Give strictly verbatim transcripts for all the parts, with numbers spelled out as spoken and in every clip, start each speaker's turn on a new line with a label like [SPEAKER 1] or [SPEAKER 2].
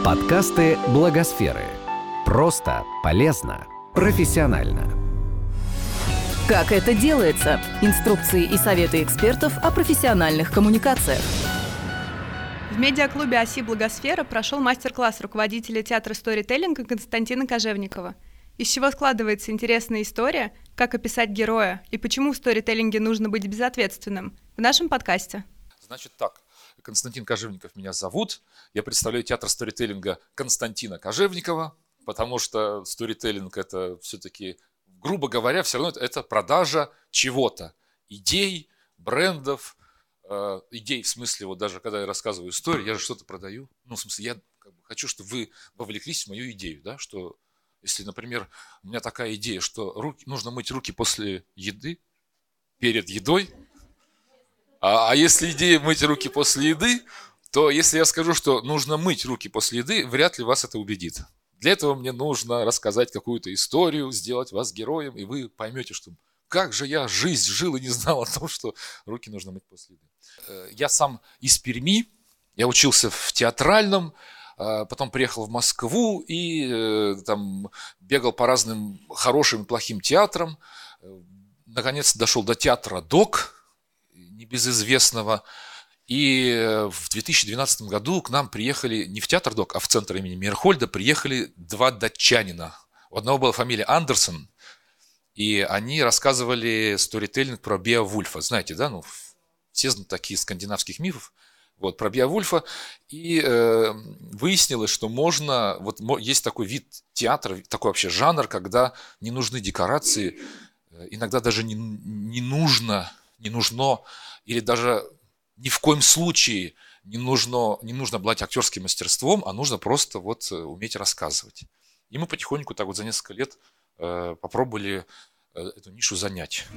[SPEAKER 1] Подкасты Благосферы. Просто, полезно, профессионально.
[SPEAKER 2] Как это делается? Инструкции и советы экспертов о профессиональных коммуникациях.
[SPEAKER 3] В медиаклубе ОСИ «Благосфера» прошел мастер-класс руководителя театра сторителлинга Константина Кожевникова. Из чего складывается интересная история, как описать героя и почему в сторителлинге нужно быть безответственным, в нашем подкасте.
[SPEAKER 4] Значит так, Константин Кожевников меня зовут. Я представляю театр сторителлинга Константина Кожевникова, потому что сторителлинг – это все-таки, грубо говоря, все равно это продажа чего-то. Идей, брендов, э, идей в смысле, вот даже когда я рассказываю историю, я же что-то продаю. Ну, в смысле, я как бы хочу, чтобы вы вовлеклись в мою идею, да, что если, например, у меня такая идея, что руки, нужно мыть руки после еды, перед едой, а, а если идея мыть руки после еды, то если я скажу, что нужно мыть руки после еды, вряд ли вас это убедит. Для этого мне нужно рассказать какую-то историю, сделать вас героем, и вы поймете, что как же я жизнь жил и не знал о том, что руки нужно мыть после еды. Я сам из Перми, я учился в театральном, потом приехал в Москву и там бегал по разным хорошим и плохим театрам. Наконец дошел до театра ДОК, небезызвестного. И в две тысячи двенадцатом году к нам приехали, не в театр ДОК, а в центр имени Мейерхольда, приехали два датчанина. У одного была фамилия Андерсон, и они рассказывали сторителлинг про Беовульфа. Знаете, да, ну, все знатоки из скандинавских мифов. Вот, про Беовульфа, и э, выяснилось, что можно, вот есть такой вид театра, такой вообще жанр, когда не нужны декорации, иногда даже не, не нужно, не нужно, или даже ни в коем случае не нужно, не нужно обладать актерским мастерством, а нужно просто вот уметь рассказывать. И мы потихоньку так вот за несколько лет э, попробовали э, эту нишу занять.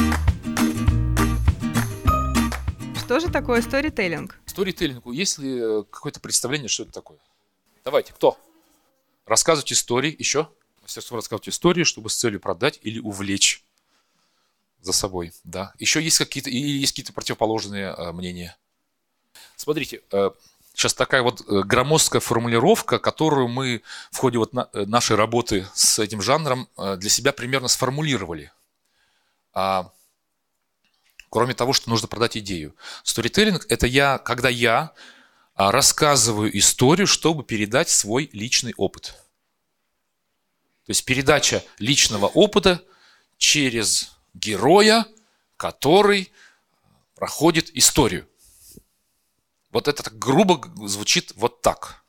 [SPEAKER 3] Что же такое сторителлинг?
[SPEAKER 4] Сторителлингу есть ли какое-то представление, что это такое? Давайте, кто? Рассказывать истории, еще? Мастерство рассказывать истории, чтобы с целью продать или увлечь за собой, да. Еще есть какие-то, или есть какие-то противоположные э, мнения. Смотрите, э, сейчас такая вот э, громоздкая формулировка, которую мы в ходе вот на, э, нашей работы с этим жанром э, для себя примерно сформулировали. А, Кроме того, что нужно продать идею. Сторителлинг – это я, когда я рассказываю историю, чтобы передать свой личный опыт. То есть передача личного опыта через героя, который проходит историю. Вот это так грубо звучит вот так.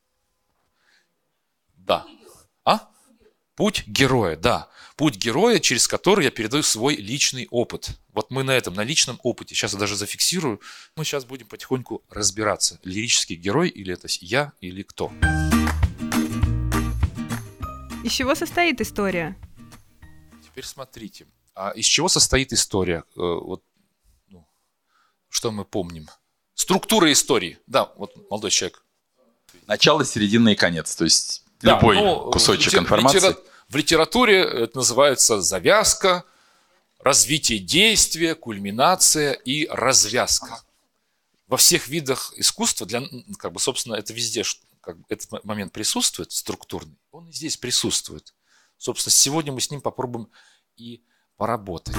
[SPEAKER 4] Да. А? Путь героя, да. Путь героя, через который я передаю свой личный опыт. Вот мы на этом, на личном опыте, сейчас я даже зафиксирую, мы сейчас будем потихоньку разбираться, лирический герой или это я, или кто.
[SPEAKER 3] Из чего состоит история?
[SPEAKER 4] Теперь смотрите, а из чего состоит история? Вот, ну, что мы помним? Структура истории. Да, вот молодой человек.
[SPEAKER 5] Начало, середина и конец, то есть да, любой ну, кусочек в, информации.
[SPEAKER 4] Литера... В литературе это называется завязка, развитие действия, кульминация и развязка. Во всех видах искусства, для, как бы, собственно, это везде как бы, этот момент присутствует, структурный, он и здесь присутствует. Собственно, сегодня мы с ним попробуем и поработать.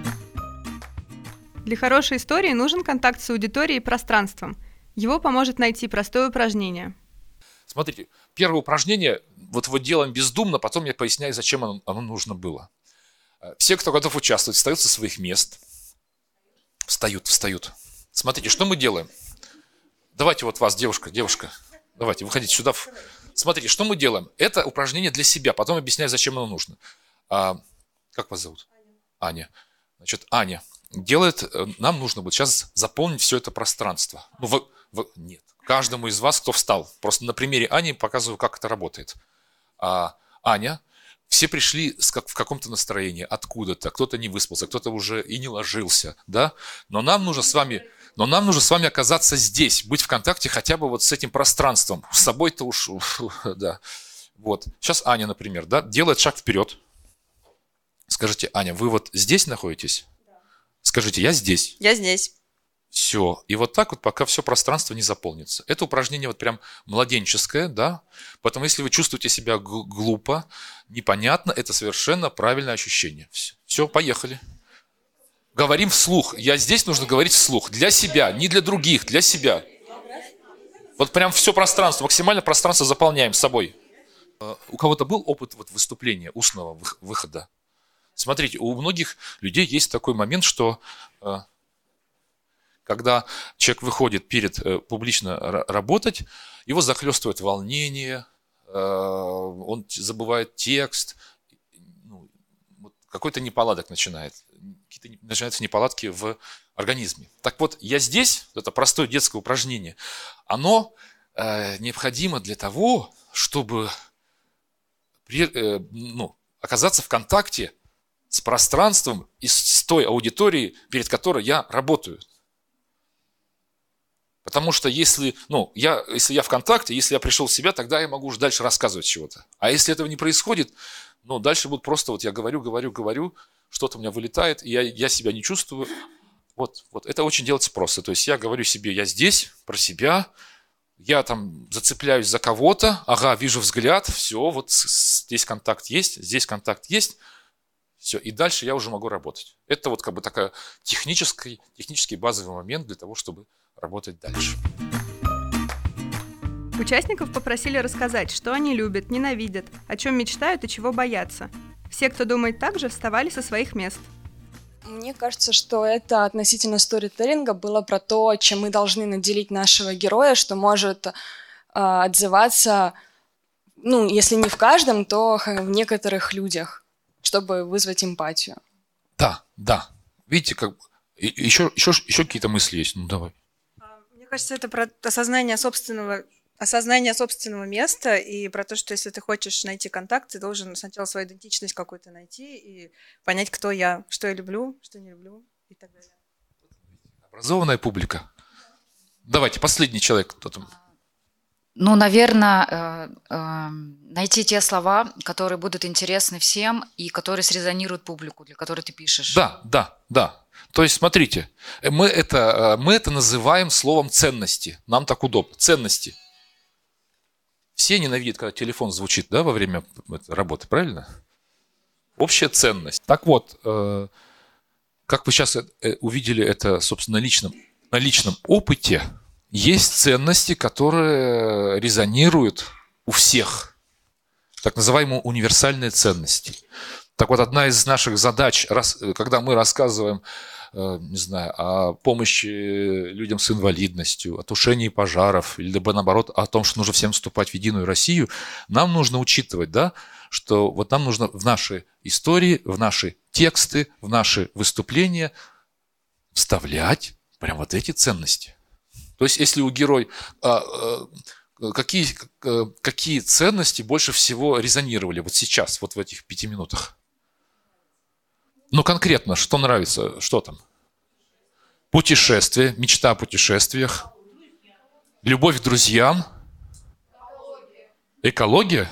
[SPEAKER 3] Для хорошей истории нужен контакт с аудиторией и пространством. Его поможет найти простое упражнение.
[SPEAKER 4] Смотрите, первое упражнение, вот его делаем бездумно, потом я поясняю, зачем оно, оно нужно было. Все, кто готов участвовать, встают со своих мест. Встают, встают. Смотрите, что мы делаем? Давайте вот вас, девушка, девушка, давайте, выходите сюда. Смотрите, что мы делаем? Это упражнение для себя, потом объясняю, зачем оно нужно. А, как вас зовут? Аня. Аня. Значит, Аня делает, нам нужно будет сейчас заполнить все это пространство. Ну, в, в, нет. Каждому из вас, кто встал. Просто на примере Ани показываю, как это работает. А, Аня, все пришли в каком-то настроении, откуда-то. Кто-то не выспался, кто-то уже и не ложился. Да? Но нам нужно с вами, но нам нужно с вами оказаться здесь, быть в контакте хотя бы вот с этим пространством. С собой-то уж, да. Вот. Сейчас Аня, например, да, делает шаг вперед. Скажите, Аня, вы вот здесь находитесь? Да. Скажите, я здесь.
[SPEAKER 6] Я здесь.
[SPEAKER 4] Все. И вот так вот, пока все пространство не заполнится. Это упражнение вот прям младенческое, да. Поэтому если вы чувствуете себя глупо, непонятно, это совершенно правильное ощущение. Все, поехали. Говорим вслух. Я здесь нужно говорить вслух. Для себя, не для других, для себя. Вот прям все пространство, максимально пространство заполняем собой. У кого-то был опыт вот выступления, устного выхода? Смотрите, у многих людей есть такой момент, что когда человек выходит перед публично работать, его захлестывает волнение, он забывает текст, ну, какой-то неполадок начинает, какие-то начинаются неполадки в организме. Так вот, я здесь, это простое детское упражнение, оно необходимо для того, чтобы ну, оказаться в контакте с пространством и с той аудиторией, перед которой я работаю. Потому что если, ну, я, если я в контакте, если я пришел в себя, тогда я могу уже дальше рассказывать чего-то. А если этого не происходит, ну, дальше будет просто вот я говорю, говорю, говорю, что-то у меня вылетает, и я, я себя не чувствую. Вот, вот, это очень делается просто. То есть я говорю себе, я здесь, про себя, я там зацепляюсь за кого-то, ага, вижу взгляд, все, вот здесь контакт есть, здесь контакт есть, все, и дальше я уже могу работать. Это вот как бы такой технический, технический базовый момент для того, чтобы работать дальше.
[SPEAKER 3] Участников попросили рассказать, что они любят, ненавидят, о чем мечтают и чего боятся. Все, кто думает так же, вставали со своих мест.
[SPEAKER 6] Мне кажется, что это относительно сторителлинга было про то, чем мы должны наделить нашего героя, что может э, отзываться, ну, если не в каждом, то в некоторых людях, чтобы вызвать эмпатию.
[SPEAKER 4] Да, да. Видите, как еще, еще, еще какие-то мысли есть? Ну, давай.
[SPEAKER 7] Мне кажется, это про осознание собственного осознание собственного места и про то, что если ты хочешь найти контакт, ты должен сначала свою идентичность какую-то найти и понять, кто я, что я люблю, что не люблю и так далее.
[SPEAKER 4] Образованная публика. Давайте, последний человек. Кто там?
[SPEAKER 8] Ну, наверное, найти те слова, которые будут интересны всем и которые срезонируют публику, для которой ты пишешь.
[SPEAKER 4] Да, да, да. То есть, смотрите, мы это, мы это называем словом ценности. Нам так удобно. Ценности. Все ненавидят, когда телефон звучит, да, во время работы, правильно? Общая ценность. Так вот, как вы сейчас увидели это, собственно, на личном, на личном опыте, есть ценности, которые резонируют у всех. Так называемые универсальные ценности. Так вот, одна из наших задач, когда мы рассказываем, не знаю, о помощи людям с инвалидностью, о тушении пожаров, или либо наоборот, о том, что нужно всем вступать в единую Россию, нам нужно учитывать, да, что вот нам нужно в наши истории, в наши тексты, в наши выступления вставлять прям вот эти ценности. То есть, если у героя какие, какие ценности больше всего резонировали вот сейчас, вот в этих пяти минутах? Ну, конкретно, что нравится, что там? Путешествие, мечта о путешествиях, любовь к друзьям, экология,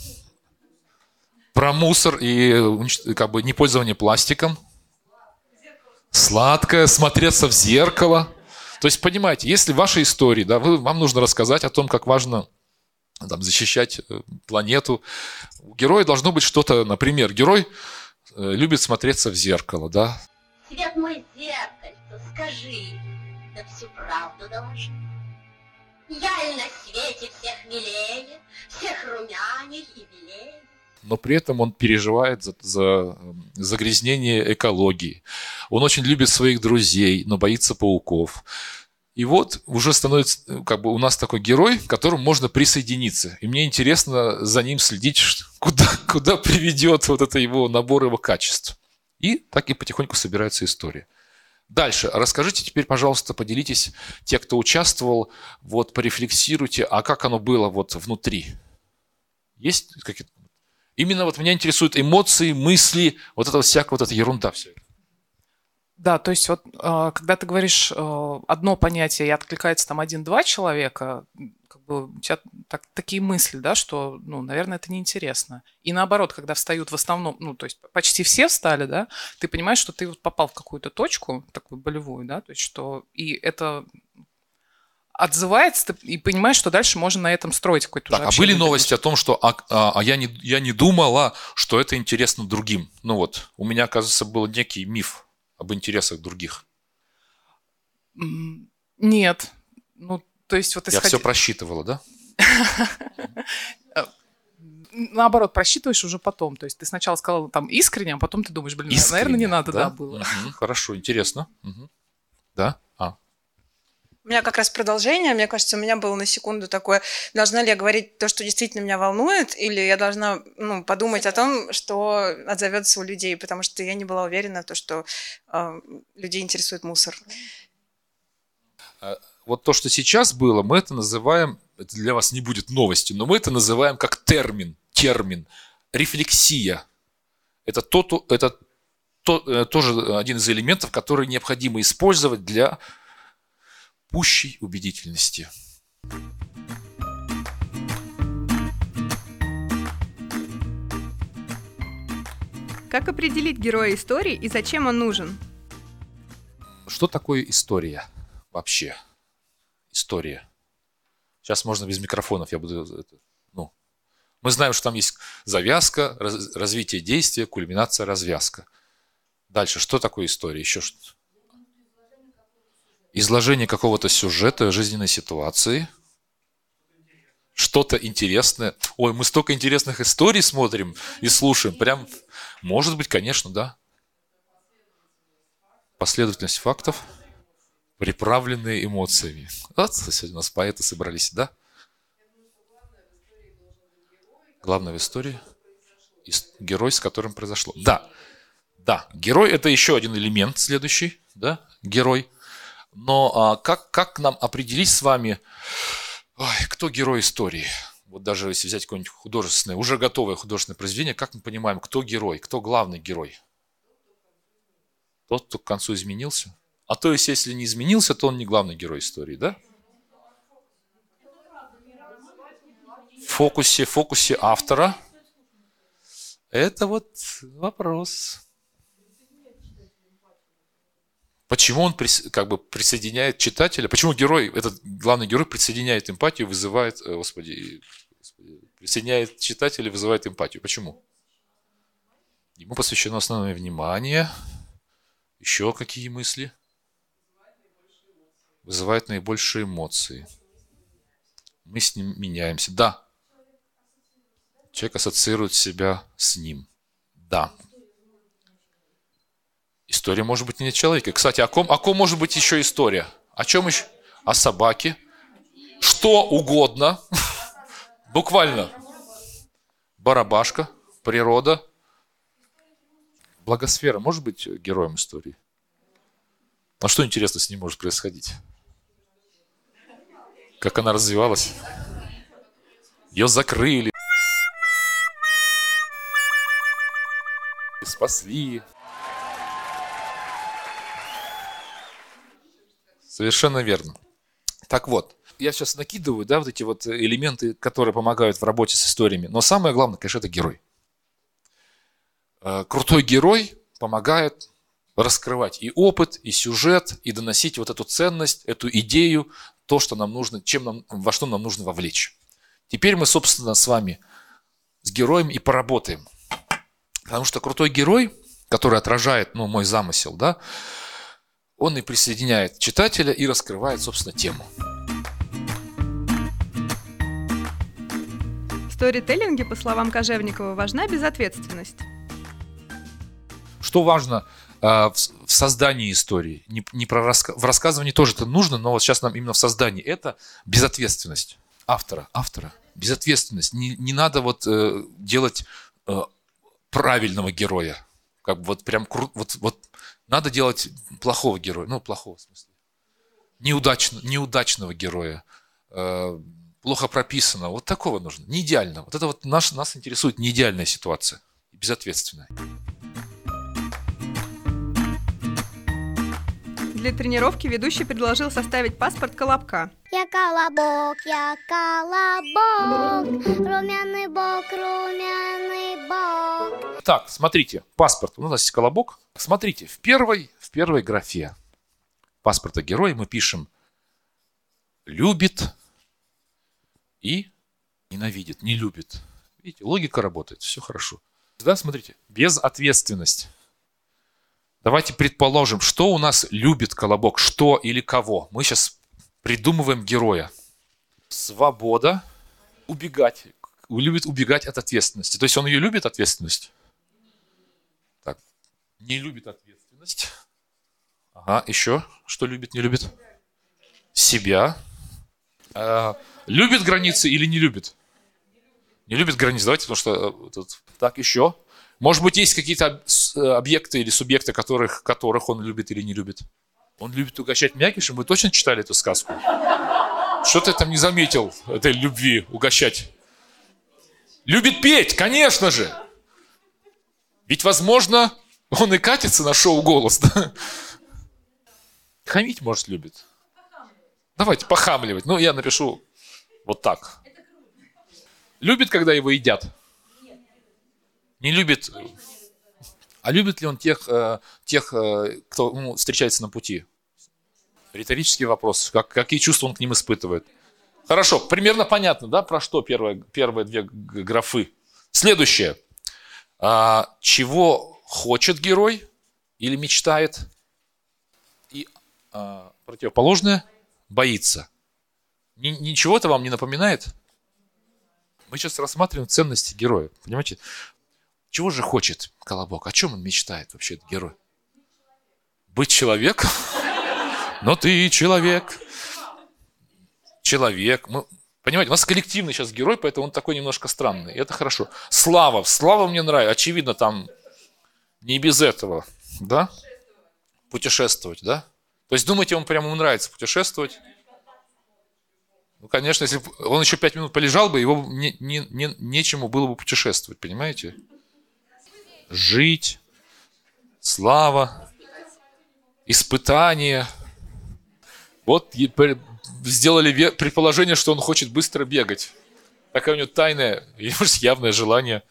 [SPEAKER 4] про мусор и как бы непользование пластиком, сладкое, смотреться в зеркало. То есть, понимаете, если в вашей истории, да, вы, вам нужно рассказать о том, как важно там, защищать планету, у героя должно быть что-то, например, герой любит смотреться в зеркало, да?
[SPEAKER 9] Свет мой зеркальце, скажи, да всю правду доложи. Я и на свете всех милее, всех румяней и белее.
[SPEAKER 4] Но при этом он переживает за, за загрязнение экологии. Он очень любит своих друзей, но боится пауков. И вот уже становится как бы у нас такой герой, к которому можно присоединиться. И мне интересно за ним следить, куда, куда приведет вот это его набор его качеств. И так и потихоньку собирается история. Дальше. Расскажите теперь, пожалуйста, поделитесь, те, кто участвовал, вот порефлексируйте, а как оно было вот внутри? Есть какие-то... Именно вот меня интересуют эмоции, мысли, вот это вот всякая вот эта ерунда все.
[SPEAKER 10] Да, то есть вот когда ты говоришь одно понятие и откликается там один-два человека, как бы у тебя так, такие мысли, да, что, ну, наверное, это неинтересно. И наоборот, когда встают в основном, ну, то есть почти все встали, да, ты понимаешь, что ты вот попал в какую-то точку, такую болевую, да, то есть что, и это отзывается, и понимаешь, что дальше можно на этом строить какой-то
[SPEAKER 4] так,
[SPEAKER 10] уже
[SPEAKER 4] а были новости о том, что а, а, а я, не, я не думала, что это интересно другим. Ну вот, у меня, оказывается, был некий миф об интересах других.
[SPEAKER 10] Нет. Ну, то есть вот
[SPEAKER 4] исходя... Я все просчитывала, да?
[SPEAKER 10] Наоборот, просчитываешь уже потом. То есть ты сначала сказала там искренне, а потом ты думаешь, блин, искренне, наверное, не надо, да, да было.
[SPEAKER 4] Угу, хорошо, интересно. Угу. Да? А.
[SPEAKER 7] У меня как раз продолжение. Мне кажется, у меня было на секунду такое, должна ли я говорить то, что действительно меня волнует, или я должна, ну, подумать о том, что отзовется у людей, потому что я не была уверена в том, что э, людей интересует мусор.
[SPEAKER 4] Вот то, что сейчас было, мы это называем, это для вас не будет новостью, но мы это называем как термин, термин, рефлексия. Это, то, это то, тоже один из элементов, который необходимо использовать для пущей убедительности.
[SPEAKER 3] Как определить героя истории и зачем он нужен?
[SPEAKER 4] Что такое история вообще? История. Сейчас можно без микрофонов, я буду... Это, ну. Мы знаем, что там есть завязка, раз, развитие действия, кульминация, развязка. Дальше, что такое история? Еще что-то. Изложение какого-то сюжета, жизненной ситуации. Что-то интересное. Ой, мы столько интересных историй смотрим и слушаем. Прям, может быть, конечно, да. Последовательность фактов, приправленные эмоциями. Вот, сегодня у нас поэты собрались, да? Главное в истории – герой, с которым произошло. Да, да, герой – это еще один элемент следующий, да, герой. Но а, как, как нам определить с вами, ой, кто герой истории? Вот даже если взять какое-нибудь художественное, уже готовое художественное произведение, как мы понимаем, кто герой, кто главный герой? Тот, кто к концу изменился? А то есть, если не изменился, то он не главный герой истории, да? В фокусе, в фокусе автора. Это вот вопрос. Почему он как бы присоединяет читателя? Почему герой, этот главный герой присоединяет эмпатию, вызывает, господи, господи присоединяет читателя, вызывает эмпатию? Почему? Ему посвящено основное внимание. Еще какие мысли? Вызывает наибольшие эмоции. Мы с ним меняемся. Да. Человек ассоциирует себя с ним. Да. История может быть не о человеке. Кстати, о ком, о ком может быть еще история? О чем еще? О собаке. Что угодно. Буквально. Барабашка, природа. Благосфера может быть героем истории? А что интересно с ней может происходить? Как она развивалась? Ее закрыли. Спасли. Совершенно верно. Так вот, я сейчас накидываю, да, вот эти вот элементы, которые помогают в работе с историями. Но самое главное, конечно, это герой. Крутой герой помогает раскрывать и опыт, и сюжет, и доносить вот эту ценность, эту идею, то, что нам нужно, чем нам, во что нам нужно вовлечь. Теперь мы, собственно, с вами с героем и поработаем. Потому что крутой герой, который отражает, ну, мой замысел, да, он и присоединяет читателя и раскрывает, собственно, тему.
[SPEAKER 3] В сторителлинге, по словам Кожевникова, важна безответственность.
[SPEAKER 4] Что важно э, в, в создании истории? Не, не про раска... В рассказывании тоже это нужно, но вот сейчас нам именно в создании. Это безответственность автора. автора. Безответственность. Не, не надо вот э, делать э, правильного героя. Как бы вот прям кру... вот, вот надо делать плохого героя. Ну, плохого в смысле. Неудачно, неудачного героя. Э, плохо прописанного. Вот такого нужно. Не идеального. Вот это вот наш, нас интересует не идеальная ситуация. Безответственная.
[SPEAKER 3] Для тренировки ведущий предложил составить паспорт Колобка.
[SPEAKER 11] Я колобок, я колобок, румяный бок, румяный бок.
[SPEAKER 4] Так, смотрите, паспорт. У нас есть Колобок. Смотрите, в первой, в первой графе паспорта героя мы пишем «любит» и «ненавидит», «не любит». Видите, логика работает, все хорошо. Да, смотрите, безответственность. Давайте предположим, что у нас любит Колобок, что или кого. Мы сейчас придумываем героя. Свобода, убегать. Любит убегать от ответственности. То есть он ее любит, ответственность? Так, не любит ответственность. Ага, еще что любит, не любит? Себя. А, любит границы или не любит? Не любит границы, давайте, потому что... Тут, так, еще. Может быть, есть какие-то объекты или субъекты, которых, которых он любит или не любит? Он любит угощать мякишем. Вы точно читали эту сказку? Что ты там не заметил этой любви угощать? Любит петь, конечно же. Ведь, возможно, он и катится на шоу «Голос». Да? Хамить, может, любит. Давайте, похамливать. Ну, я напишу вот так. Любит, когда его едят? Не любит. А любит ли он тех, тех кто ну, встречается на пути? Риторический вопрос. Как, какие чувства он к ним испытывает? Хорошо, примерно понятно, да, про что первые, первые две графы. Следующее. А, чего хочет герой или мечтает? И а, противоположное – боится. Ни, ничего это вам не напоминает? Мы сейчас рассматриваем ценности героя, понимаете? Чего же хочет Колобок? О чем он мечтает вообще, этот герой? Быть человеком? Но ты человек. Человек. Мы, понимаете, у нас коллективный сейчас герой, поэтому он такой немножко странный. И это хорошо. Слава. Слава мне нравится. Очевидно, там не без этого. Да? Путешествовать, да? То есть, думаете, он прямо ему нравится путешествовать? Ну, конечно, если бы он еще пять минут полежал бы, его не, не, не, нечему было бы путешествовать, понимаете? Жить, слава, испытания. Вот сделали предположение, что он хочет быстро бегать. Такое у него тайное, или может явное желание.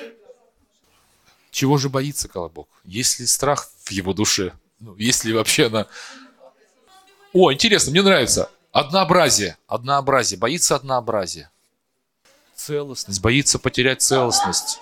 [SPEAKER 4] Чего же боится Колобок? Есть ли страх в его душе? Ну, есть ли вообще она... О, интересно, мне нравится. Однообразие. Однообразие. Боится однообразия. Целостность. Боится потерять целостность.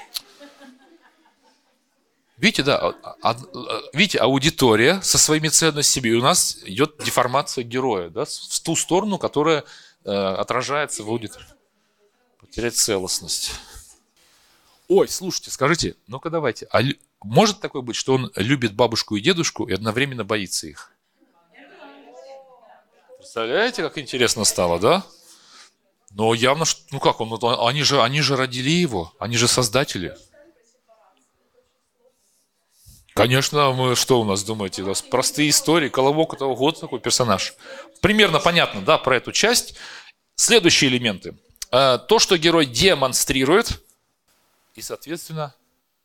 [SPEAKER 4] Видите, да, а, видите, аудитория со своими ценностями, и у нас идет деформация героя, да, в ту сторону, которая э, отражается в аудитории. Потерять целостность. Ой, слушайте, скажите, ну-ка давайте, а может такое быть, что он любит бабушку и дедушку и одновременно боится их? Представляете, как интересно стало, да? Но явно, ну как, он, они же, они же родили его, они же создатели. Конечно, мы что у нас думаете? У нас простые истории. Колобок — это вот такой персонаж. Примерно понятно, да, про эту часть. Следующие элементы. То, что герой демонстрирует, и, соответственно,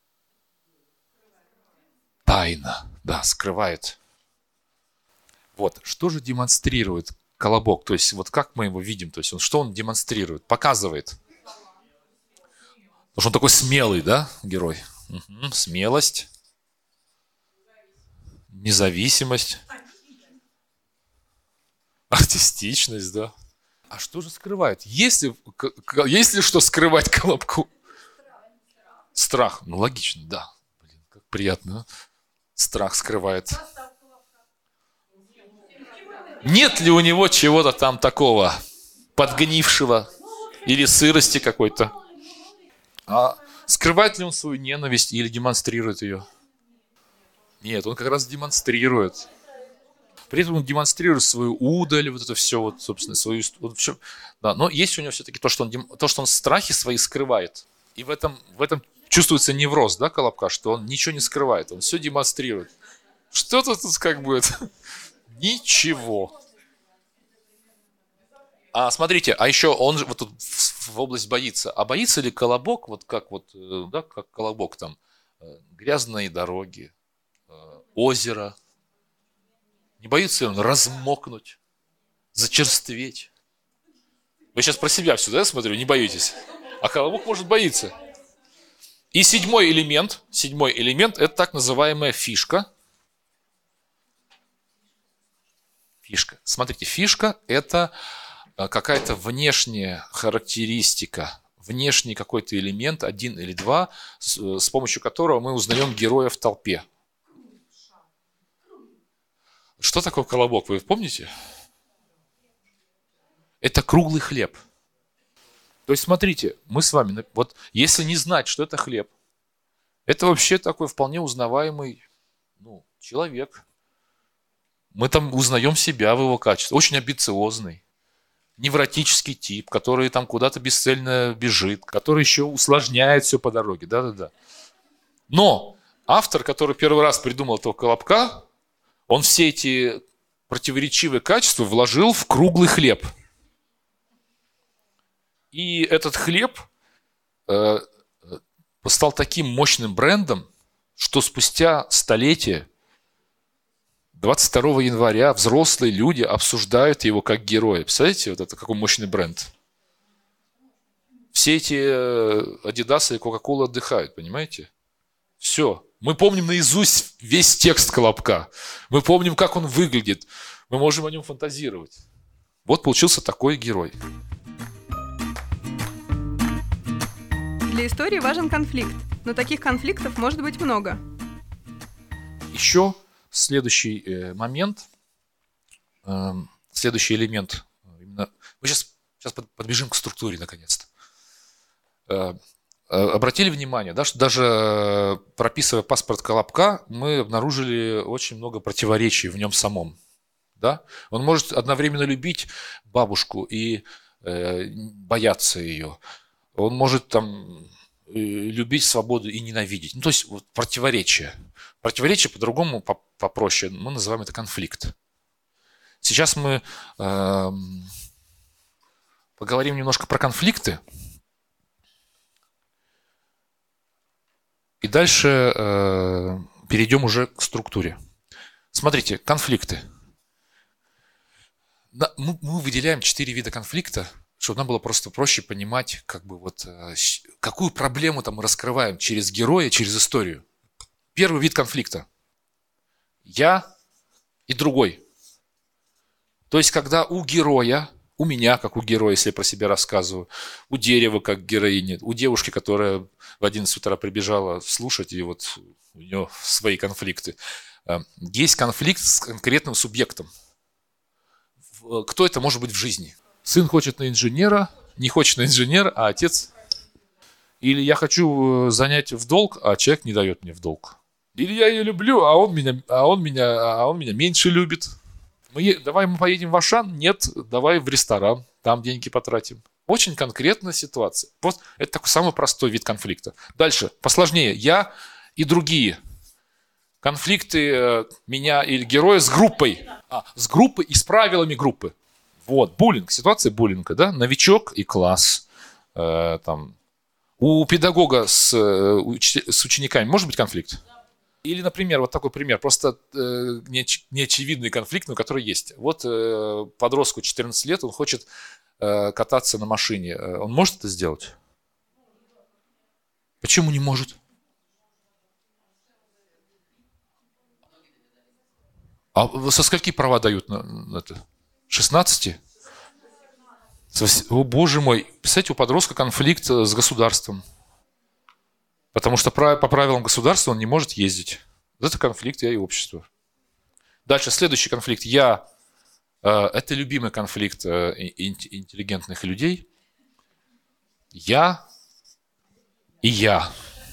[SPEAKER 4] тайна, да, скрывает. Вот, что же демонстрирует Колобок? То есть, вот как мы его видим? То есть, он, что он демонстрирует? Показывает. Потому что он такой смелый, да, герой? Угу, смелость. Независимость, артистичность, да. А что же скрывает? Есть ли, есть ли что скрывать Колобку? Страх. Ну, логично, да. Блин, как приятно. Страх скрывает. Нет ли у него чего-то там такого подгнившего или сырости какой-то? А скрывает ли он свою ненависть или демонстрирует ее? Нет, он как раз демонстрирует. При этом он демонстрирует свою удаль, вот это все, вот, собственно, свою... Вот, все, да, но есть у него все-таки то, что он, то, что он страхи свои скрывает. И в этом, в этом чувствуется невроз, да, Колобка, что он ничего не скрывает, он все демонстрирует. Что-то тут как бы... Ничего. А смотрите, а еще он же вот тут в, в область боится. А боится ли Колобок, вот как вот, да, как Колобок там, грязные дороги, озеро, Не боится ли он размокнуть, зачерстветь? Вы сейчас про себя все, да, смотрю, не боитесь? А колобок может боиться. И седьмой элемент, седьмой элемент – это так называемая фишка. Фишка. Смотрите, фишка – это какая-то внешняя характеристика, внешний какой-то элемент, один или два, с, с помощью которого мы узнаем героя в толпе. Что такое колобок, вы помните? Это круглый хлеб. То есть, смотрите, мы с вами, вот если не знать, что это хлеб, это вообще такой вполне узнаваемый, ну, человек. Мы там узнаем себя в его качестве. Очень амбициозный, невротический тип, который там куда-то бесцельно бежит, который еще усложняет все по дороге. Да-да-да. Но автор, который первый раз придумал этого колобка, он все эти противоречивые качества вложил в круглый хлеб. И этот хлеб э, стал таким мощным брендом, что спустя столетия, двадцать второго января, взрослые люди обсуждают его как героя. Представляете, вот это какой мощный бренд? Все эти Adidas и Coca-Cola отдыхают, понимаете? Все. Мы помним наизусть весь текст колобка. Мы помним, как он выглядит. Мы можем о нем фантазировать. Вот получился такой герой.
[SPEAKER 3] Для истории важен конфликт, но таких конфликтов может быть много.
[SPEAKER 4] Еще следующий э, момент, э, следующий элемент. Именно, мы сейчас, сейчас подбежим к структуре наконец-то. Э, э, обратили внимание, да, что даже прописывая паспорт колобка, мы обнаружили очень много противоречий в нем самом. Да? Он может одновременно любить бабушку и э, бояться ее. Он может там любить свободу и ненавидеть. Ну, то есть вот, противоречие. Противоречие по-другому, попроще, мы называем это конфликт. Сейчас мы э, поговорим немножко про конфликты. И дальше э, перейдем уже к структуре. Смотрите, конфликты. Мы, мы выделяем четыре вида конфликта, чтобы нам было просто проще понимать, как бы вот, какую проблему там мы раскрываем через героя, через историю. Первый вид конфликта. Я и другой. То есть, когда у героя, у меня, как у героя, если я про себя рассказываю, у дерева, как героини, у девушки, которая в одиннадцать утра прибежала слушать, и вот у нее свои конфликты, есть конфликт с конкретным субъектом. Кто это может быть в жизни? Сын хочет на инженера, не хочет на инженера, а отец. Или я хочу занять в долг, а человек не дает мне в долг. Или я ее люблю, а он меня, а он меня, а он меня меньше любит. Мы, давай мы поедем в Ашан? Нет, давай в ресторан, там деньги потратим. Очень конкретная ситуация. Вот это такой самый простой вид конфликта. Дальше, посложнее. Я и другие. Конфликты меня или героя с группой. А, с группой и с правилами группы. Вот, буллинг, ситуация буллинга, да, новичок и класс. Э, там. У педагога с, с учениками может быть конфликт? Или, например, вот такой пример, просто э, неоч, неочевидный конфликт, но который есть. Вот э, подростку четырнадцать лет, он хочет э, кататься на машине. Он может это сделать? Почему не может? А со скольки права дают на, на это? шестнадцать? О, боже мой. Представляете, у подростка конфликт с государством. Потому что по правилам государства он не может ездить. Вот это конфликт я и общество. Дальше, следующий конфликт. Я. Это любимый конфликт интеллигентных людей. Я и я.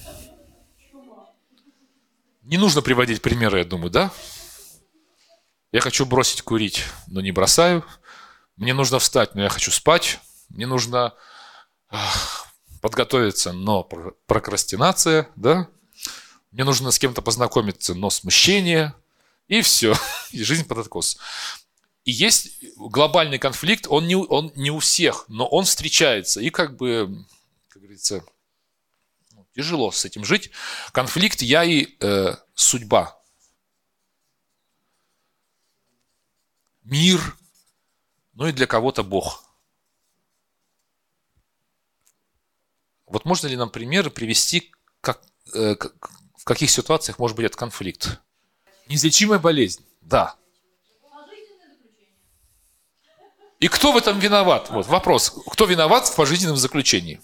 [SPEAKER 4] Не нужно приводить примеры, я думаю, да? Я хочу бросить курить, но не бросаю. Мне нужно встать, но я хочу спать. Мне нужно ах, подготовиться, но прокрастинация, да? Мне нужно с кем-то познакомиться, но смущение. И все. И жизнь под откос. И есть глобальный конфликт, он не, он не у всех, но он встречается. И как бы, как говорится, тяжело с этим жить. Конфликт я и э, судьба. мир, ну и для кого-то Бог. Вот можно ли нам примеры привести, как, э, в каких ситуациях может быть этот конфликт? Неизлечимая болезнь, да. И кто в этом виноват? Вот вопрос. Кто виноват в пожизненном заключении?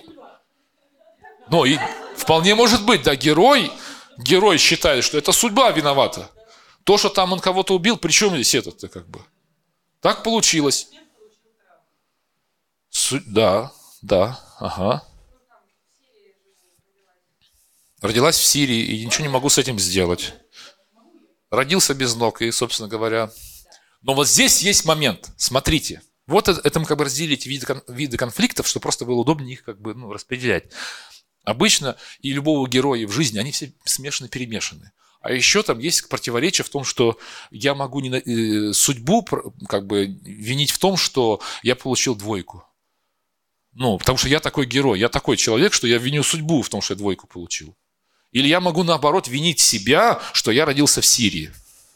[SPEAKER 4] Ну, и вполне может быть, да, герой, герой считает, что это судьба виновата. То, что там он кого-то убил, при чем здесь это-то как бы? Так получилось. Су- да, да, ага. Родилась в Сирии, и ничего не могу с этим сделать. Родился без ног, и, собственно говоря... Но вот здесь есть момент. Смотрите. Вот это, это мы как бы разделили эти виды, виды конфликтов, чтобы просто было удобнее их как бы ну, распределять. Обычно и любого героя в жизни, они все смешаны, перемешаны. А еще там есть противоречие в том, что я могу не, э, судьбу как бы винить в том, что я получил двойку. Ну, потому что я такой герой, я такой человек, что я виню судьбу в том, что я двойку получил. Или я могу, наоборот, винить себя, что я родился в Сирии.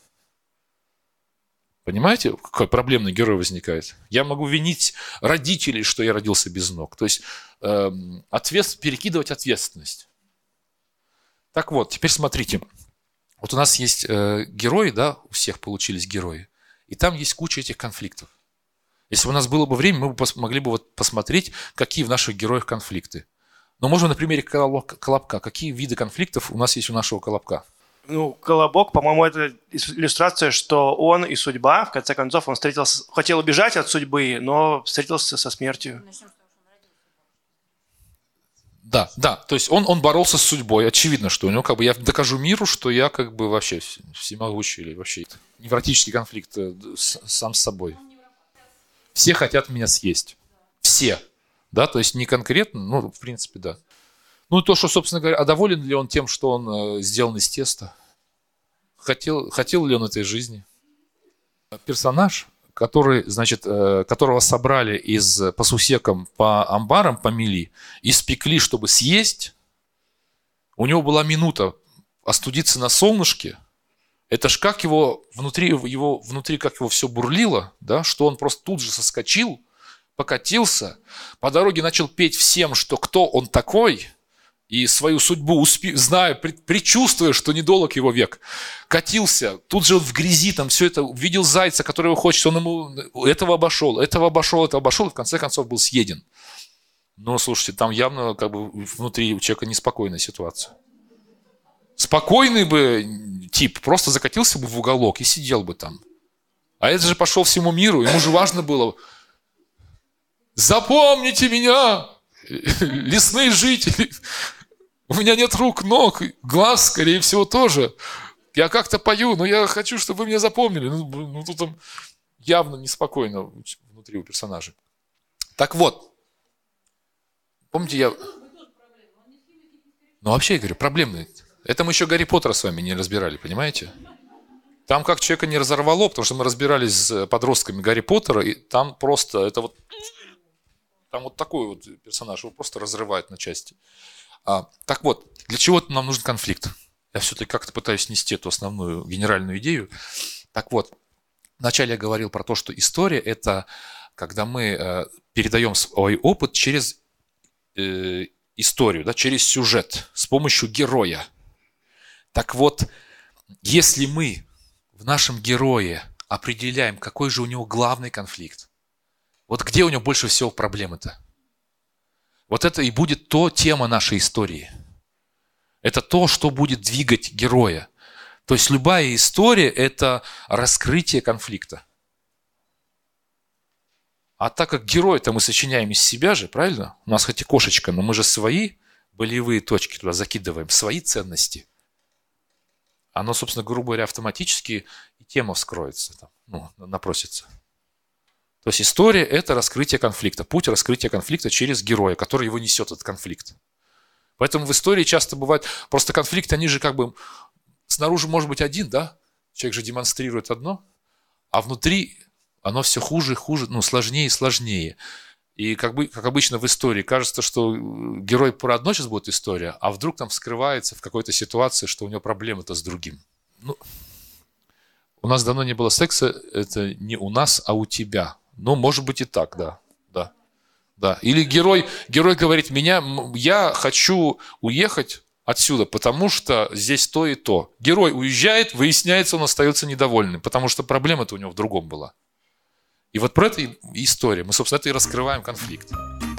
[SPEAKER 4] Понимаете, какой проблемный герой возникает? Я могу винить родителей, что я родился без ног. То есть э, ответ, перекидывать ответственность. Так вот, теперь смотрите. Вот у нас есть э, герои, да, у всех получились герои. И там есть куча этих конфликтов. Если бы у нас было бы время, мы бы пос- могли бы вот посмотреть, какие в наших героях конфликты. Но можно на примере Колобка. Какие виды конфликтов у нас есть у нашего Колобка?
[SPEAKER 12] Ну, Колобок, по-моему, это иллюстрация, что он и судьба, в конце концов, он встретился, хотел убежать от судьбы, но встретился со смертью.
[SPEAKER 4] Да, да, то есть он, он боролся с судьбой. Очевидно, что у него как бы я докажу миру, что я как бы вообще всемогущий или вообще невротический конфликт с, сам с собой. Все хотят меня съесть. Все. Да, то есть не конкретно, ну, в принципе, да. Ну, то, что, собственно говоря, а доволен ли он тем, что он э, сделан из теста? Хотел, хотел ли он этой жизни? Персонаж, который, значит, э, которого собрали из, по сусекам, по амбарам, помели, испекли, чтобы съесть, у него была минута остудиться на солнышке. Это ж как его внутри, его внутри как его все бурлило, да, что он просто тут же соскочил, покатился, по дороге начал петь всем, что кто он такой, и свою судьбу, успе... зная, предчувствуя, что недолг его век, катился, тут же в грязи там все это, увидел зайца, которого хочет, он ему этого обошел, этого обошел, этого обошел, и в конце концов был съеден. Но, слушайте, там явно как бы внутри у человека неспокойная ситуация. Спокойный бы тип просто закатился бы в уголок и сидел бы там. А это же пошел всему миру, ему же важно было: запомните меня, лесные жители. У меня нет рук, ног, глаз, скорее всего, тоже. Я как-то пою, но я хочу, чтобы вы меня запомнили. Ну, ну тут там явно неспокойно внутри у персонажей. Так вот. Помните, я... Ну, вообще, я говорю, проблемный. Это мы еще Гарри Поттера с вами не разбирали, понимаете? Там как человека не разорвало, потому что мы разбирались с подростками Гарри Поттера, и там просто, это вот... Там вот такой вот персонаж, его просто разрывает на части. А, так вот, для чего нам нужен конфликт? Я все-таки как-то пытаюсь нести эту основную генеральную идею. Так вот, вначале я говорил про то, что история – это когда мы э, передаем свой опыт через э, историю, да, через сюжет, с помощью героя. Так вот, если мы в нашем герое определяем, какой же у него главный конфликт, вот где у него больше всего проблемы-то? Вот это и будет то тема нашей истории. Это то, что будет двигать героя. То есть любая история – это раскрытие конфликта. А так как героя-то мы сочиняем из себя же, правильно? У нас хоть и кошечка, но мы же свои болевые точки туда закидываем, свои ценности. Оно, собственно, грубо говоря, автоматически и тема вскроется, там, ну, напросится. То есть история – это раскрытие конфликта, путь раскрытия конфликта через героя, который его несет, этот конфликт. Поэтому в истории часто бывает, просто конфликты, они же как бы, снаружи может быть один, да? Человек же демонстрирует одно, а внутри оно все хуже и хуже, ну, сложнее и сложнее. И как, бы, как обычно в истории, кажется, что герой про одно сейчас будет история, а вдруг там вскрывается в какой-то ситуации, что у него проблемы-то с другим. Ну, У нас давно не было секса, это не у нас, а у тебя. Ну, может быть и так, да. Да. Да. Или герой, герой говорит, меня, я хочу уехать отсюда, потому что здесь то и то. Герой уезжает, выясняется, он остается недовольным, потому что проблема-то у него в другом была. И вот про это история. Мы, собственно, это и раскрываем конфликт.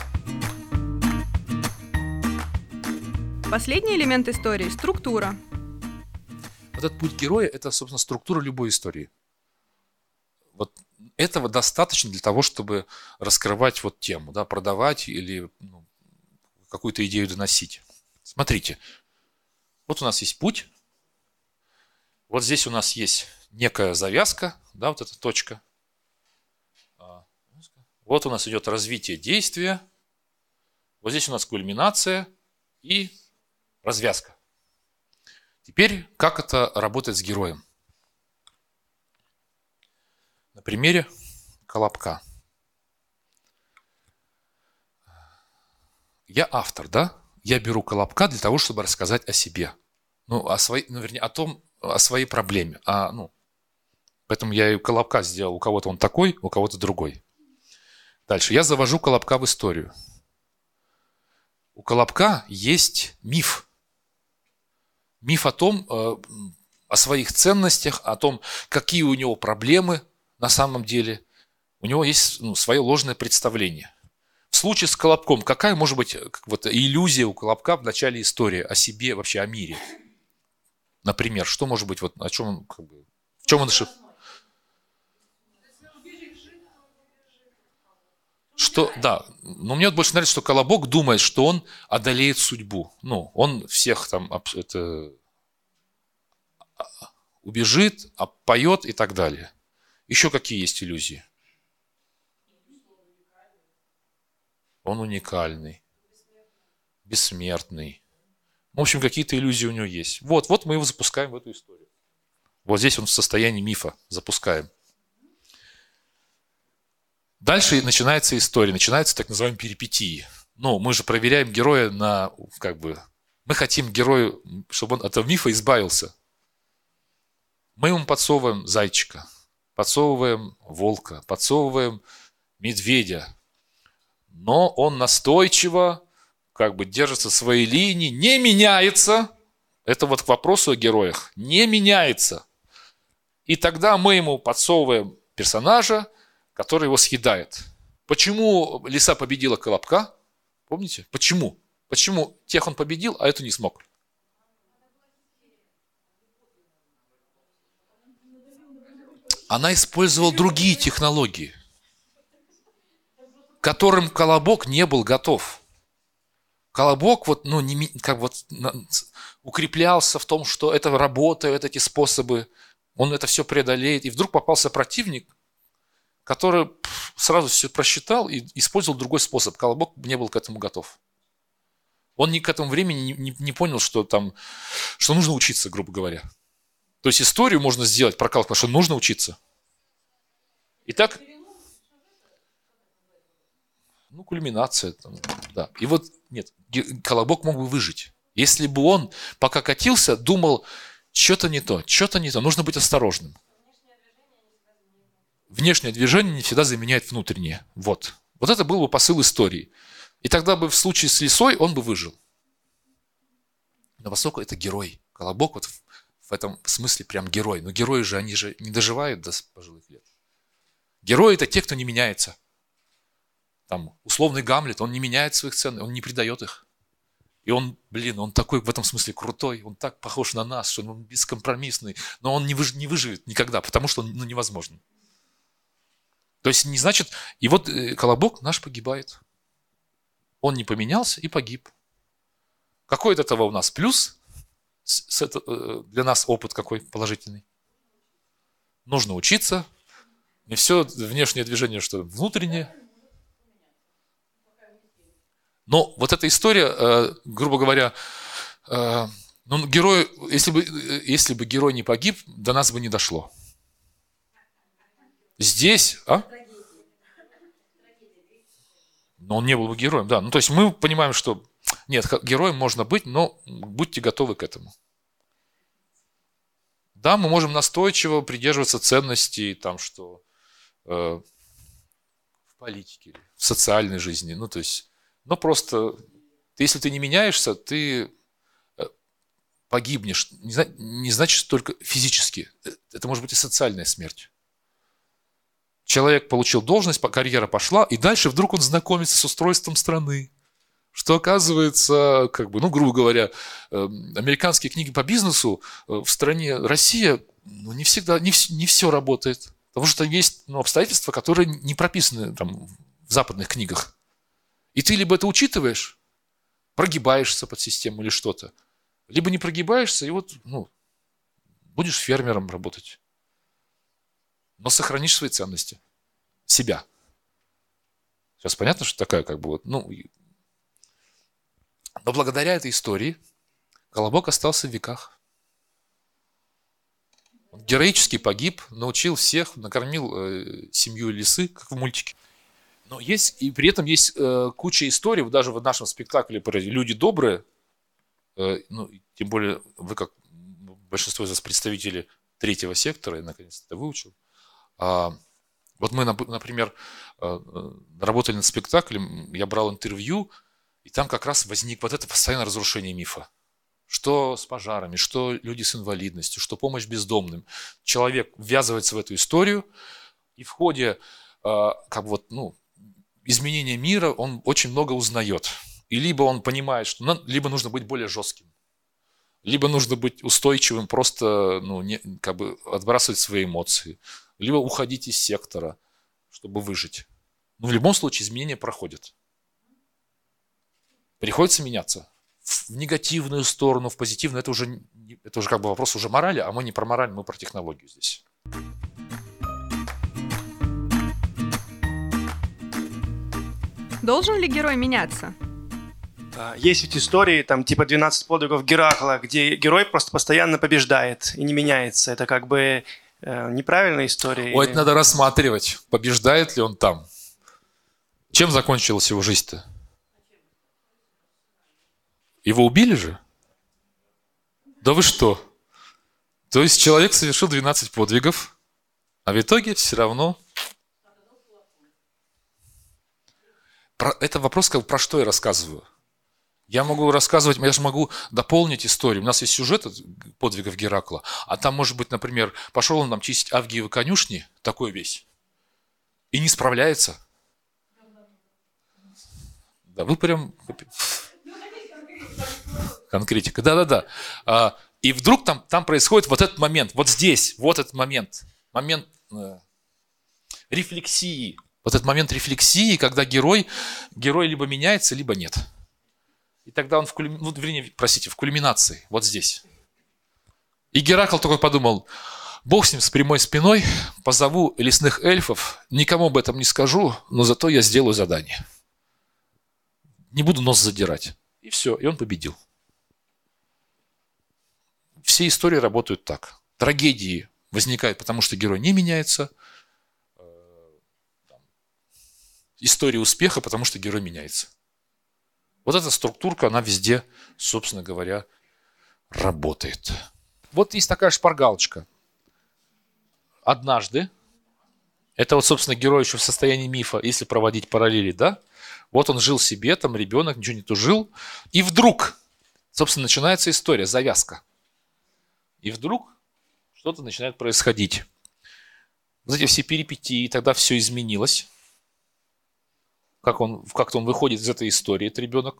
[SPEAKER 3] Последний элемент истории – структура.
[SPEAKER 4] Вот этот путь героя – это, собственно, структура любой истории. Вот этого достаточно для того, чтобы раскрывать вот тему, да, продавать или ну, какую-то идею доносить. Смотрите, вот у нас есть путь, вот здесь у нас есть некая завязка, да, вот эта точка. Вот у нас идет развитие действия, вот здесь у нас кульминация и развязка. Теперь, как это работает с героем? На примере Колобка. Я автор, да? Я беру Колобка для того, чтобы рассказать о себе. Ну, о своей, ну, вернее, о том, о своей проблеме. А, ну, поэтому я и Колобка сделал. У кого-то он такой, у кого-то другой. Дальше. Я завожу Колобка в историю. У Колобка есть миф. Миф о том, о своих ценностях, о том, какие у него проблемы на самом деле. У него есть ну, свое ложное представление. В случае с Колобком, какая может быть вот, иллюзия у Колобка в начале истории о себе, вообще о мире? Например, что может быть, вот, о чем он, как бы, в чем он ошибся? Что, да, но мне вот больше нравится, что Колобок думает, что он одолеет судьбу. Ну, он всех там это, убежит, поет и так далее. Еще какие есть иллюзии? Он уникальный, бессмертный. В общем, какие-то иллюзии у него есть. Вот, вот мы его запускаем в эту историю. Вот здесь он в состоянии мифа запускаем. Дальше начинается история, начинаются так называемые перипетии. Ну, мы же проверяем героя на, как бы, мы хотим герою, чтобы он от этого мифа избавился. Мы ему подсовываем зайчика, подсовываем волка, подсовываем медведя. Но он настойчиво, как бы, держится своей линии, не меняется. Это вот к вопросу о героях. Не меняется. И тогда мы ему подсовываем персонажа, который его съедает. Почему лиса победила Колобка? Помните? Почему? Почему тех он победил, а эту не смог? Она использовала другие технологии, к которым Колобок не был готов. Колобок вот, ну, не, как вот, укреплялся в том, что это работает, эти способы, он это все преодолеет. И вдруг попался противник, который сразу все просчитал и использовал другой способ. Колобок не был к этому готов. Он ни к этому времени не, не, не понял, что, там, что нужно учиться, грубо говоря. То есть историю можно сделать про Колобка, что нужно учиться. Итак, ну, кульминация. Там, да. И вот, нет, Колобок мог бы выжить. Если бы он, пока катился, думал, что-то не то, что-то не то, нужно быть осторожным. Внешнее движение не всегда заменяет внутреннее. Вот. Вот это был бы посыл истории. И тогда бы в случае с лисой он бы выжил. Но поскольку это герой. Колобок вот в, в этом смысле прям герой. Но герои же, они же не доживают до пожилых лет. Герои – это те, кто не меняется. Там условный Гамлет, он не меняет своих цен, он не предает их. И он, блин, он такой в этом смысле крутой, он так похож на нас, что он бескомпромиссный, но он не, выж, не выживет никогда, потому что он ну, невозможен. То есть не значит, и вот Колобок наш погибает. Он не поменялся и погиб. Какой от этого у нас плюс? С, с это, для нас опыт какой положительный? Нужно учиться. Не все внешнее движение, что внутреннее. Но вот эта история, грубо говоря, ну, герой, если бы, если бы герой не погиб, до нас бы не дошло. Здесь, а? Но он не был бы героем, да. Ну, то есть мы понимаем, что нет, героем можно быть, но будьте готовы к этому. Да, мы можем настойчиво придерживаться ценностей, там, что э, в политике, в социальной жизни. Ну, то есть, но просто, если ты не меняешься, ты погибнешь. Не, не значит, что только физически. Это может быть и социальная смерть. Человек получил должность, карьера пошла, и дальше вдруг он знакомится с устройством страны. Что оказывается, как бы, ну, грубо говоря, американские книги по бизнесу в стране Россия, ну, не всегда, не, не все работает. Потому что есть, ну, обстоятельства, которые не прописаны там, в западных книгах. И ты либо это учитываешь, прогибаешься под систему или что-то, либо не прогибаешься, и вот, ну, будешь фермером работать. Но сохранишь свои ценности. Себя. Сейчас понятно, что такая, как бы, вот, ну... Но благодаря этой истории Колобок остался в веках. Он героически погиб, научил всех, накормил э, семью лисы, как в мультике. Но есть, и при этом есть э, куча историй, даже в нашем спектакле про «Люди добрые», э, ну, тем более вы, как большинство из вас представители третьего сектора, я наконец-то это выучил. А, вот мы, например, работали над спектаклем, я брал интервью, и там как раз возник вот это постоянное разрушение мифа. Что с пожарами, что люди с инвалидностью, что помощь бездомным. Человек ввязывается в эту историю, и в ходе как бы вот, ну, изменения мира он очень много узнает. И либо он понимает, что либо нужно быть более жестким, либо нужно быть устойчивым, просто, ну, не, как бы отбрасывать свои эмоции, либо уходить из сектора, чтобы выжить. Но в любом случае изменения проходят. Приходится меняться в негативную сторону, в позитивную. Это уже, это уже как бы вопрос уже морали, а мы не про мораль, мы про технологию здесь.
[SPEAKER 3] Должен ли герой меняться?
[SPEAKER 12] Есть ведь истории, там, типа двенадцать подвигов Геракла, где герой просто постоянно побеждает и не меняется. Это как бы э, неправильная история.
[SPEAKER 4] Ой,
[SPEAKER 12] или...
[SPEAKER 4] это надо рассматривать, побеждает ли он там. Чем закончилась его жизнь-то? Его убили же? Да вы что? То есть человек совершил двенадцать подвигов, а в итоге все равно... Про... Это вопрос, как, про что я рассказываю. Я могу рассказывать, я же могу дополнить историю. У нас есть сюжет подвигов Геракла, а там, может быть, например, пошел он нам чистить Авгиевы конюшни, такой весь, и не справляется. Да, вы прям... Конкретика. Да-да-да. И вдруг там, там происходит вот этот момент, вот здесь, вот этот момент, момент э, рефлексии. Вот этот момент рефлексии, когда герой, герой либо меняется, либо нет. И тогда он в, кульми... ну, вернее, простите, в кульминации, вот здесь. И Геракл такой подумал, бог с ним, с прямой спиной, позову лесных эльфов, никому об этом не скажу, но зато я сделаю задание. Не буду нос задирать. И все, и он победил. Все истории работают так. Трагедии возникают, потому что герой не меняется. История успеха, потому что герой меняется. Вот эта структурка, она везде, собственно говоря, работает. Вот есть такая шпаргалочка. Однажды, это вот, собственно, герой еще в состоянии мифа, если проводить параллели, да? Вот он жил себе, там ребенок, ничего не тужил. И вдруг, собственно, начинается история, завязка. И вдруг что-то начинает происходить. Вот эти все перипетии, тогда все изменилось. Как он, как-то он выходит из этой истории, этот ребенок.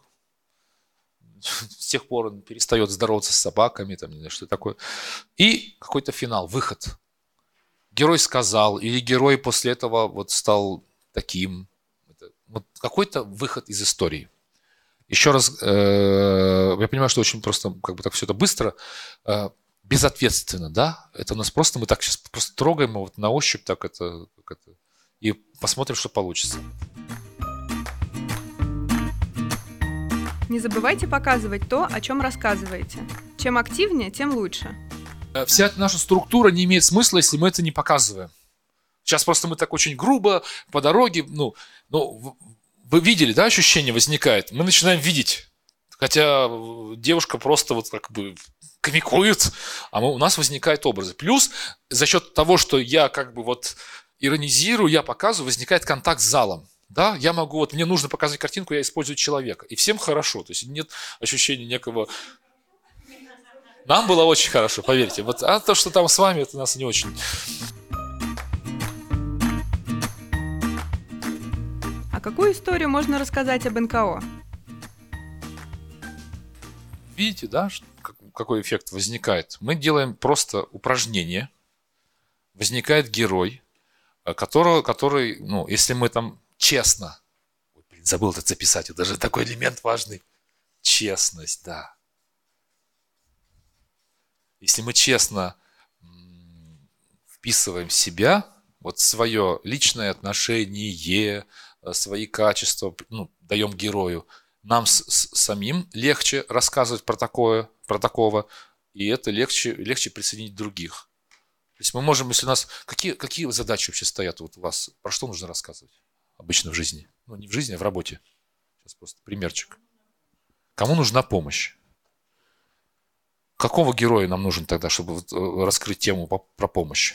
[SPEAKER 4] С тех пор он перестает здороваться с собаками, там, не знаю, что такое. И какой-то финал, выход. Герой сказал, или герой после этого вот стал таким. Вот какой-то выход из истории. Еще раз, э, я понимаю, что очень просто, как бы так все это быстро, э, безответственно, да? Это у нас просто, мы так сейчас просто трогаем вот на ощупь так это, как это и посмотрим, что получится.
[SPEAKER 3] Не забывайте показывать то, о чем рассказываете. Чем активнее, тем лучше.
[SPEAKER 4] Вся эта наша структура не имеет смысла, если мы это не показываем. Сейчас просто мы так очень грубо по дороге, ну, ну, вы видели, да, ощущение возникает? Мы начинаем видеть, хотя девушка просто вот как бы комикуют, а мы, у нас возникают образы. Плюс за счет того, что я как бы вот иронизирую, я показываю, возникает контакт с залом. Да, я могу, вот мне нужно показать картинку, я использую человека. И всем хорошо, то есть нет ощущения некого... Нам было очень хорошо, поверьте. Вот, а то, что там с вами, это нас не очень...
[SPEAKER 3] А какую историю можно рассказать об эн ка о?
[SPEAKER 4] Видите, да, какой эффект возникает? Мы делаем просто упражнение, возникает герой, которого, который, ну, если мы там честно, ой, блин, забыл это записать, это даже такой элемент важный, честность, да. Если мы честно вписываем в себя, вот свое личное отношение, свои качества, ну, даем герою, нам с, с самим легче рассказывать про такое, про такого, и это легче, легче присоединить других. То есть мы можем, если у нас... Какие, какие задачи вообще стоят вот у вас? Про что нужно рассказывать обычно в жизни? Ну, не в жизни, а в работе. Сейчас просто примерчик. Кому нужна помощь? Какого героя нам нужен тогда, чтобы раскрыть тему про помощь?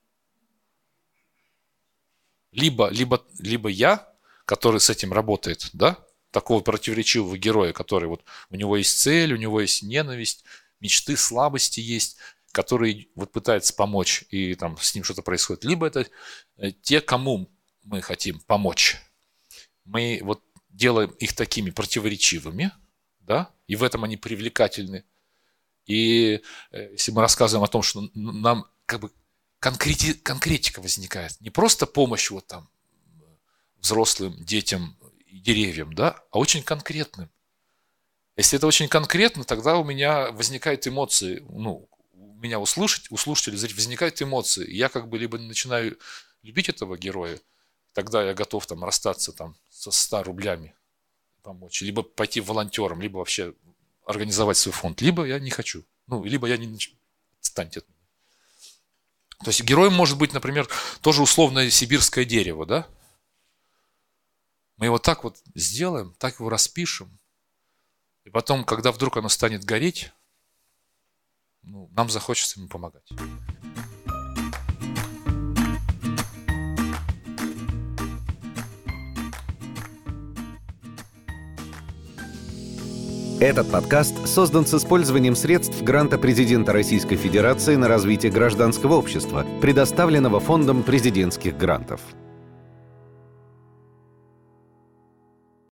[SPEAKER 4] Либо, либо, либо я, который с этим работает, да? Такого противоречивого героя, который вот у него есть цель, у него есть ненависть, мечты, слабости есть, который вот пытается помочь, и там с ним что-то происходит. Либо это те, кому мы хотим помочь. Мы вот делаем их такими противоречивыми, да, и в этом они привлекательны. И если мы рассказываем о том, что нам как бы конкрети, конкретика возникает, не просто помощь вот там взрослым, детям и деревьям, да, а очень конкретным. Если это очень конкретно, тогда у меня возникают эмоции, ну, у меня услышать, у слушателей возникают эмоции. И я как бы либо начинаю любить этого героя, тогда я готов там расстаться там со ста рублями, помочь, либо пойти волонтером, либо вообще организовать свой фонд, либо я не хочу, ну, либо я не... Отстаньте от меня. То есть героем может быть, например, тоже условное сибирское дерево, да? Мы его так вот сделаем, так его распишем, и потом, когда вдруг оно станет гореть, ну, нам захочется ему помогать.
[SPEAKER 1] Этот подкаст создан с использованием средств гранта президента Российской Федерации на развитие гражданского общества, предоставленного Фондом президентских грантов.